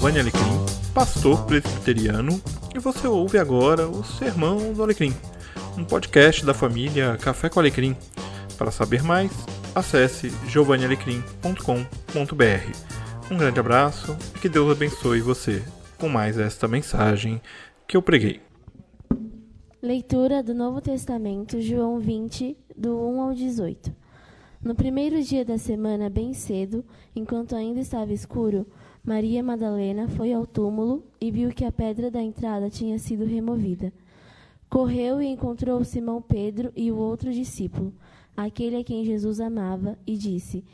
Giovanni Alecrim, pastor presbiteriano, e você ouve agora o Sermão do Alecrim, um podcast da família Café com Alecrim. Para saber mais, acesse giovannialecrim.com.br. Um grande abraço e que Deus abençoe você com mais esta mensagem que eu preguei. Leitura do Novo Testamento, João 20, do 1 ao 18. No primeiro dia da semana, bem cedo, enquanto ainda estava escuro, Maria Madalena foi ao túmulo e viu que a pedra da entrada tinha sido removida. Correu e encontrou Simão Pedro e o outro discípulo, aquele a quem Jesus amava, e disse: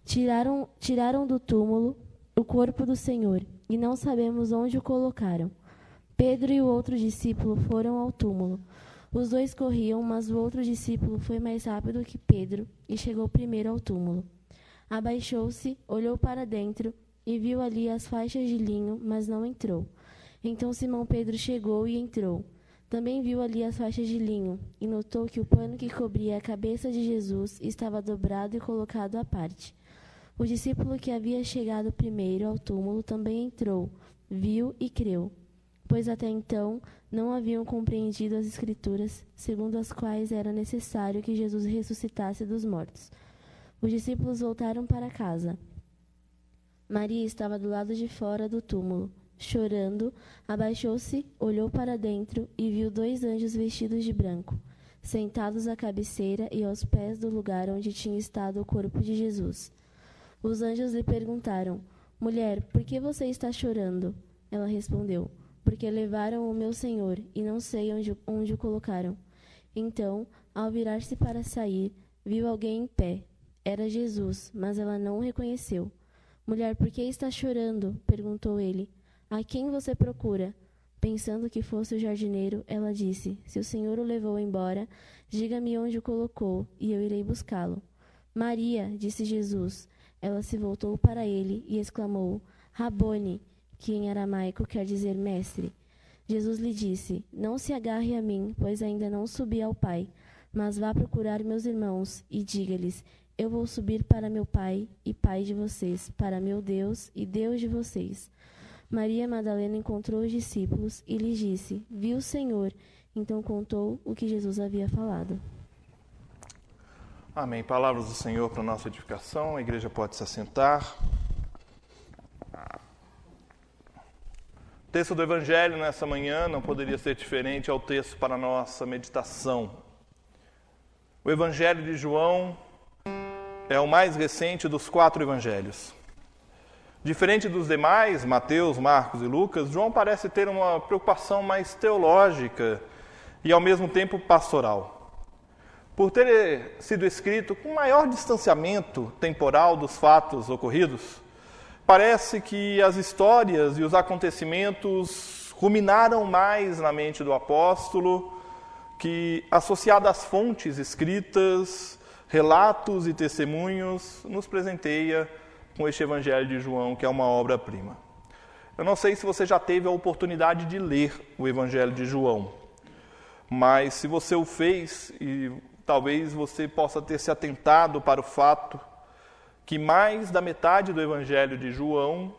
Tiraram do túmulo o corpo do Senhor, e não sabemos onde o colocaram. Pedro e o outro discípulo foram ao túmulo. Os dois corriam, mas o outro discípulo foi mais rápido que Pedro e chegou primeiro ao túmulo. Abaixou-se, olhou para dentro e viu ali as faixas de linho, mas não entrou. Então Simão Pedro chegou e entrou. Também viu ali as faixas de linho e notou que o pano que cobria a cabeça de Jesus estava dobrado e colocado à parte. O discípulo que havia chegado primeiro ao túmulo também entrou, viu e creu, pois até então não haviam compreendido as Escrituras, segundo as quais era necessário que Jesus ressuscitasse dos mortos. Os discípulos voltaram para casa. Maria estava do lado de fora do túmulo. Chorando, abaixou-se, olhou para dentro e viu 2 anjos vestidos de branco, sentados à cabeceira e aos pés do lugar onde tinha estado o corpo de Jesus. Os anjos lhe perguntaram: Mulher, por que você está chorando? Ela respondeu: Porque levaram o meu Senhor e não sei onde o colocaram. Então, ao virar-se para sair, viu alguém em pé. Era Jesus, mas ela não o reconheceu. Mulher, por que está chorando? Perguntou ele. A quem você procura? Pensando que fosse o jardineiro, ela disse: Se o Senhor o levou embora, diga-me onde o colocou, e eu irei buscá-lo. Maria, disse Jesus. Ela se voltou para ele e exclamou: Rabone, que em aramaico quer dizer mestre. Jesus lhe disse: Não se agarre a mim, pois ainda não subi ao Pai, mas vá procurar meus irmãos e diga-lhes: Eu vou subir para meu Pai e Pai de vocês, para meu Deus e Deus de vocês. Maria Madalena encontrou os discípulos e lhes disse: Vi o Senhor. Então contou o que Jesus havia falado. Amém. Palavras do Senhor para a nossa edificação. A igreja pode se assentar. O texto do Evangelho nessa manhã não poderia ser diferente ao texto para a nossa meditação. O Evangelho de João é o mais recente dos 4 evangelhos. Diferente dos demais, Mateus, Marcos e Lucas, João parece ter uma preocupação mais teológica e ao mesmo tempo pastoral. Por ter sido escrito com maior distanciamento temporal dos fatos ocorridos, parece que as histórias e os acontecimentos ruminaram mais na mente do apóstolo, que, associado às fontes escritas, relatos e testemunhos, nos presenteia com este Evangelho de João, que é uma obra-prima. Eu não sei se você já teve a oportunidade de ler o Evangelho de João, mas se você o fez, e talvez você possa ter se atentado para o fato que mais da metade do Evangelho de João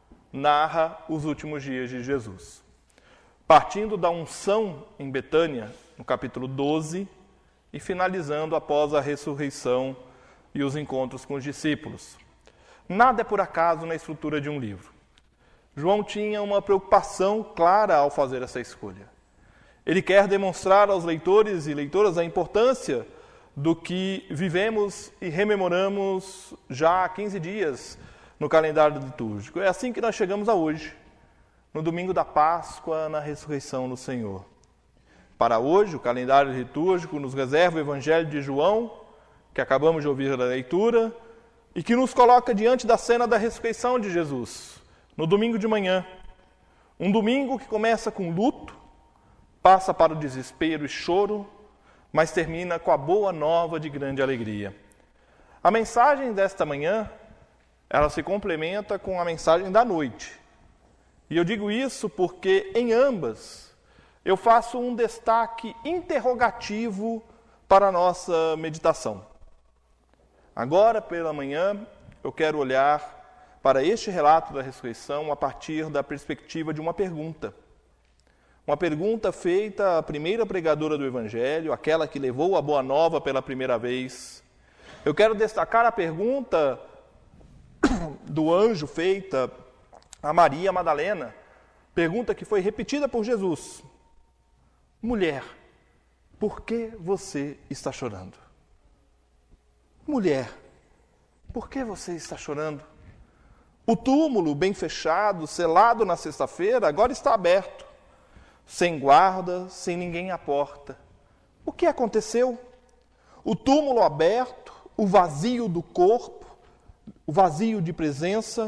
narra os últimos dias de Jesus. Partindo da unção em Betânia, no capítulo 12, e finalizando após a ressurreição e os encontros com os discípulos. Nada é por acaso na estrutura de um livro. João tinha uma preocupação clara ao fazer essa escolha. Ele quer demonstrar aos leitores e leitoras a importância do que vivemos e rememoramos já há 15 dias no calendário litúrgico. É assim que nós chegamos a hoje, no domingo da Páscoa, na ressurreição do Senhor. Para hoje, o calendário litúrgico nos reserva o Evangelho de João, que acabamos de ouvir da leitura, e que nos coloca diante da cena da ressurreição de Jesus, no domingo de manhã. Um domingo que começa com luto, passa para o desespero e choro, mas termina com a boa nova de grande alegria. A mensagem desta manhã, ela se complementa com a mensagem da noite. E eu digo isso porque em ambas eu faço um destaque interrogativo para a nossa meditação. Agora, pela manhã, eu quero olhar para este relato da ressurreição a partir da perspectiva de uma pergunta. Uma pergunta feita à primeira pregadora do Evangelho, aquela que levou a Boa Nova pela primeira vez. Eu quero destacar a pergunta do anjo feita a Maria Madalena, pergunta que foi repetida por Jesus. Mulher, por que você está chorando? Mulher, por que você está chorando? O túmulo, bem fechado, selado na sexta-feira, agora está aberto, sem guarda, sem ninguém à porta. O que aconteceu? O túmulo aberto, o vazio do corpo, o vazio de presença,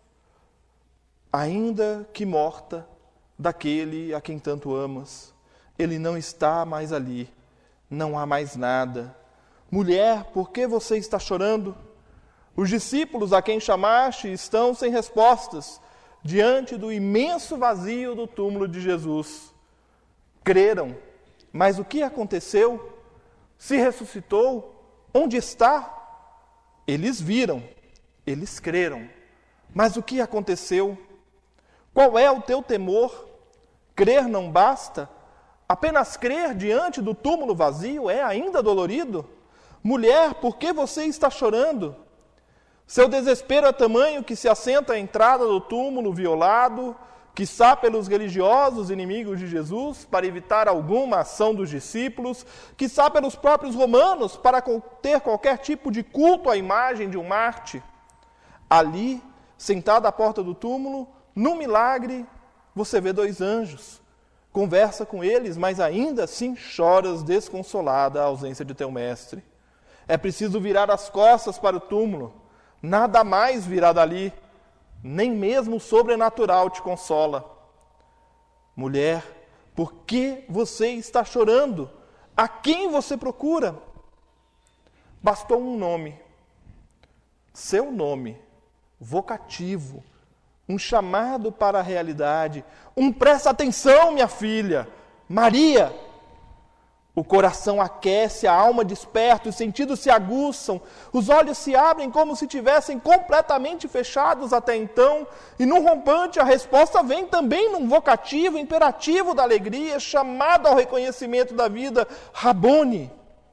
ainda que morta, daquele a quem tanto amas. Ele não está mais ali, não há mais nada. Mulher, por que você está chorando? Os discípulos a quem chamaste estão sem respostas, diante do imenso vazio do túmulo de Jesus. Creram, mas o que aconteceu? Se ressuscitou? Onde está? Eles viram, eles creram. Mas o que aconteceu? Qual é o teu temor? Crer não basta? Apenas crer diante do túmulo vazio é ainda dolorido? Mulher, por que você está chorando? Seu desespero é tamanho que se assenta à entrada do túmulo violado, quiçá pelos religiosos inimigos de Jesus, para evitar alguma ação dos discípulos, quiçá pelos próprios romanos, para ter qualquer tipo de culto à imagem de um Marte. Ali, sentado à porta do túmulo, num milagre, você vê 2 anjos. Conversa com eles, mas ainda assim choras desconsolada a ausência de teu mestre. É preciso virar as costas para o túmulo. Nada mais virá dali. Nem mesmo o sobrenatural te consola. Mulher, por que você está chorando? A quem você procura? Bastou um nome. Seu nome, vocativo, um chamado para a realidade, um presta atenção, minha filha, Maria. O coração aquece, a alma desperta, os sentidos se aguçam, os olhos se abrem como se tivessem completamente fechados até então, e num rompante a resposta vem também num vocativo, imperativo da alegria, chamado ao reconhecimento da vida, Rabone.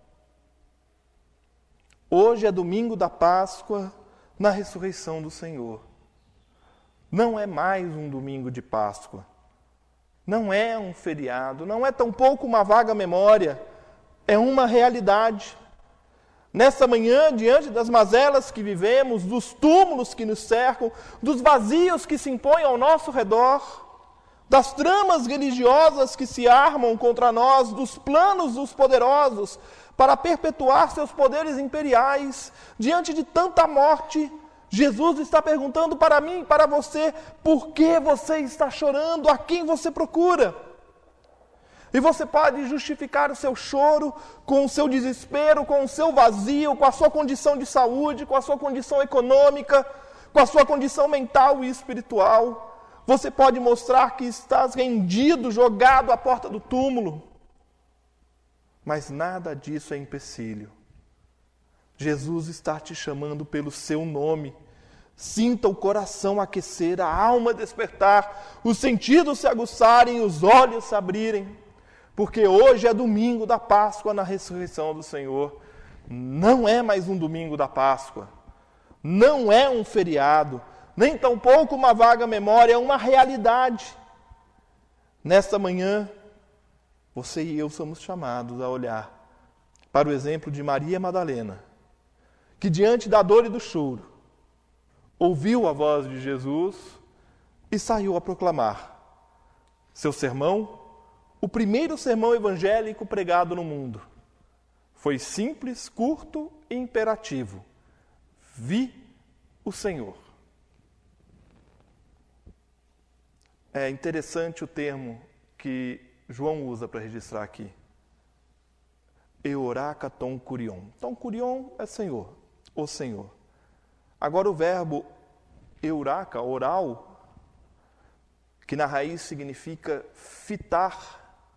Hoje é domingo da Páscoa, na ressurreição do Senhor. Não é mais um domingo de Páscoa. Não é um feriado, não é tampouco uma vaga memória, é uma realidade. Nessa manhã, diante das mazelas que vivemos, dos túmulos que nos cercam, dos vazios que se impõem ao nosso redor, das tramas religiosas que se armam contra nós, dos planos dos poderosos para perpetuar seus poderes imperiais, diante de tanta morte, Jesus está perguntando para mim e para você, por que você está chorando? A quem você procura? E você pode justificar o seu choro com o seu desespero, com o seu vazio, com a sua condição de saúde, com a sua condição econômica, com a sua condição mental e espiritual. Você pode mostrar que estás rendido, jogado à porta do túmulo. Mas nada disso é empecilho. Jesus está te chamando pelo seu nome. Sinta o coração aquecer, a alma despertar, os sentidos se aguçarem, os olhos se abrirem. Porque hoje é domingo da Páscoa na ressurreição do Senhor. Não é mais um domingo da Páscoa. Não é um feriado. Nem tampouco uma vaga memória, é uma realidade. Nesta manhã, você e eu somos chamados a olhar para o exemplo de Maria Madalena, que diante da dor e do choro, ouviu a voz de Jesus e saiu a proclamar seu sermão, o primeiro sermão evangélico pregado no mundo. Foi simples, curto e imperativo. Vi o Senhor. É interessante o termo que João usa para registrar aqui. Euraca ton kurion. Ton kurion é Senhor, o Senhor. Agora o verbo euraca, oral, que na raiz significa fitar.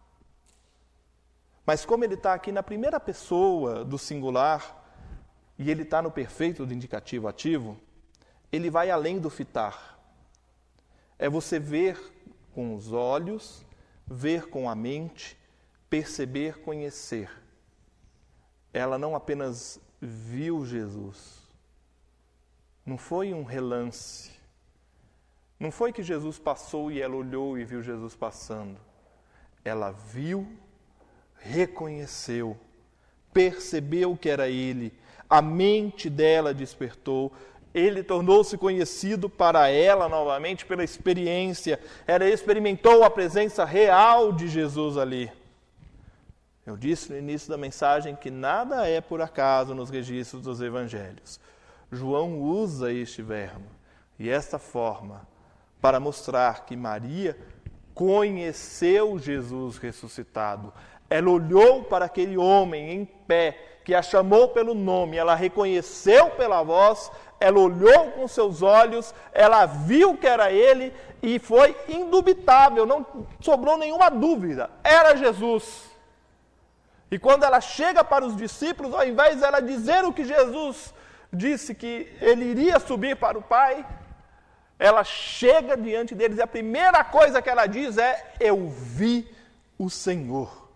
Mas como ele está aqui na primeira pessoa do singular, e ele está no perfeito do indicativo ativo, ele vai além do fitar. É você ver com os olhos, ver com a mente, perceber, conhecer. Ela não apenas viu Jesus. Não foi um relance. Não foi que Jesus passou e ela olhou e viu Jesus passando. Ela viu, reconheceu, percebeu que era ele. A mente dela despertou. Ele tornou-se conhecido para ela novamente pela experiência. Ela experimentou a presença real de Jesus ali. Eu disse no início da mensagem que nada é por acaso nos registros dos evangelhos. João usa este verbo e esta forma para mostrar que Maria conheceu Jesus ressuscitado. Ela olhou para aquele homem em pé, que a chamou pelo nome, ela reconheceu pela voz, ela olhou com seus olhos, ela viu que era ele e foi indubitável, não sobrou nenhuma dúvida, era Jesus. E quando ela chega para os discípulos, ao invés de ela dizer o que Jesus disse que ele iria subir para o Pai, ela chega diante deles e a primeira coisa que ela diz é: eu vi o Senhor.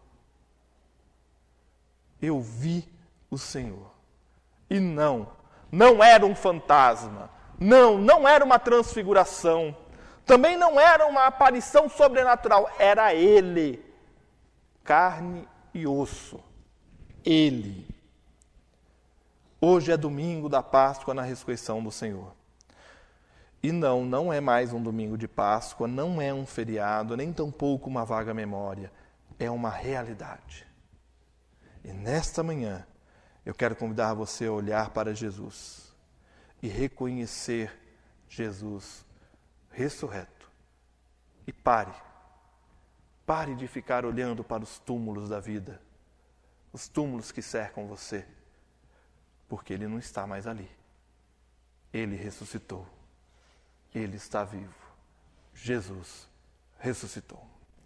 Eu vi o Senhor. E não era um fantasma, não era uma transfiguração, também não era uma aparição sobrenatural, era Ele, carne e osso, Ele. Hoje é domingo da Páscoa na ressurreição do Senhor. E não é mais um domingo de Páscoa, não é um feriado, nem tampouco uma vaga memória, é uma realidade. E nesta manhã, eu quero convidar você a olhar para Jesus e reconhecer Jesus ressurreto. E pare de ficar olhando para os túmulos da vida, os túmulos que cercam você, porque Ele não está mais ali. Ele ressuscitou. Ele está vivo. Jesus ressuscitou.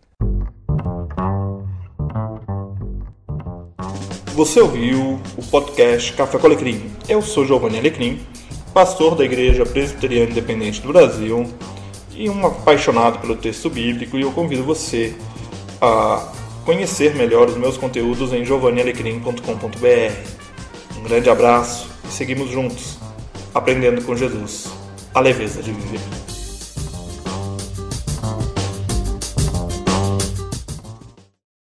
Você ouviu o podcast Café com Alecrim. Eu sou Giovanni Alecrim, pastor da Igreja Presbiteriana Independente do Brasil e um apaixonado pelo texto bíblico, e eu convido você a conhecer melhor os meus conteúdos em giovannialecrim.com.br. Um grande abraço e seguimos juntos, aprendendo com Jesus a leveza de viver.